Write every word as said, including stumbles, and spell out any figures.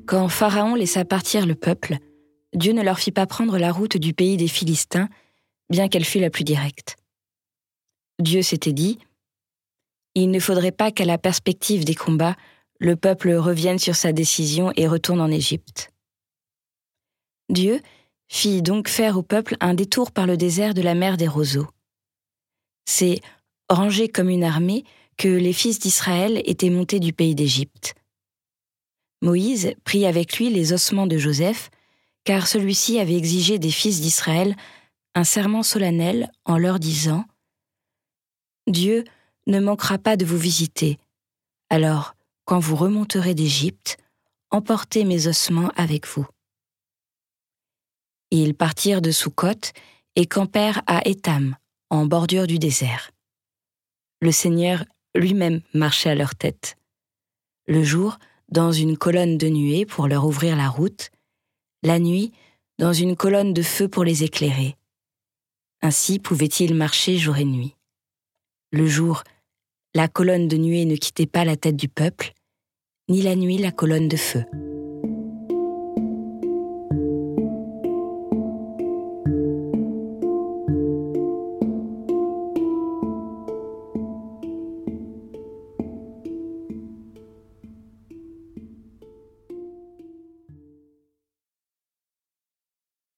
Quand Pharaon laissa partir le peuple, Dieu ne leur fit pas prendre la route du pays des Philistins, bien qu'elle fût la plus directe. Dieu s'était dit « Il ne faudrait pas qu'à la perspective des combats, le peuple revienne sur sa décision et retourne en Égypte. » Dieu fit donc faire au peuple un détour par le désert de la mer des roseaux. C'est rangé comme une armée que les fils d'Israël étaient montés du pays d'Égypte. Moïse prit avec lui les ossements de Joseph, car celui-ci avait exigé des fils d'Israël un serment solennel en leur disant « Dieu ne manquera pas de vous visiter. Alors, quand vous remonterez d'Égypte, emportez mes ossements avec vous. » Ils partirent de Soukhot et campèrent à Étam, en bordure du désert. Le Seigneur lui-même marchait à leur tête. Le jour, dans une colonne de nuée pour leur ouvrir la route, la nuit, dans une colonne de feu pour les éclairer. Ainsi pouvaient-ils marcher jour et nuit. Le jour, la colonne de nuée ne quittait pas la tête du peuple, ni la nuit la colonne de feu.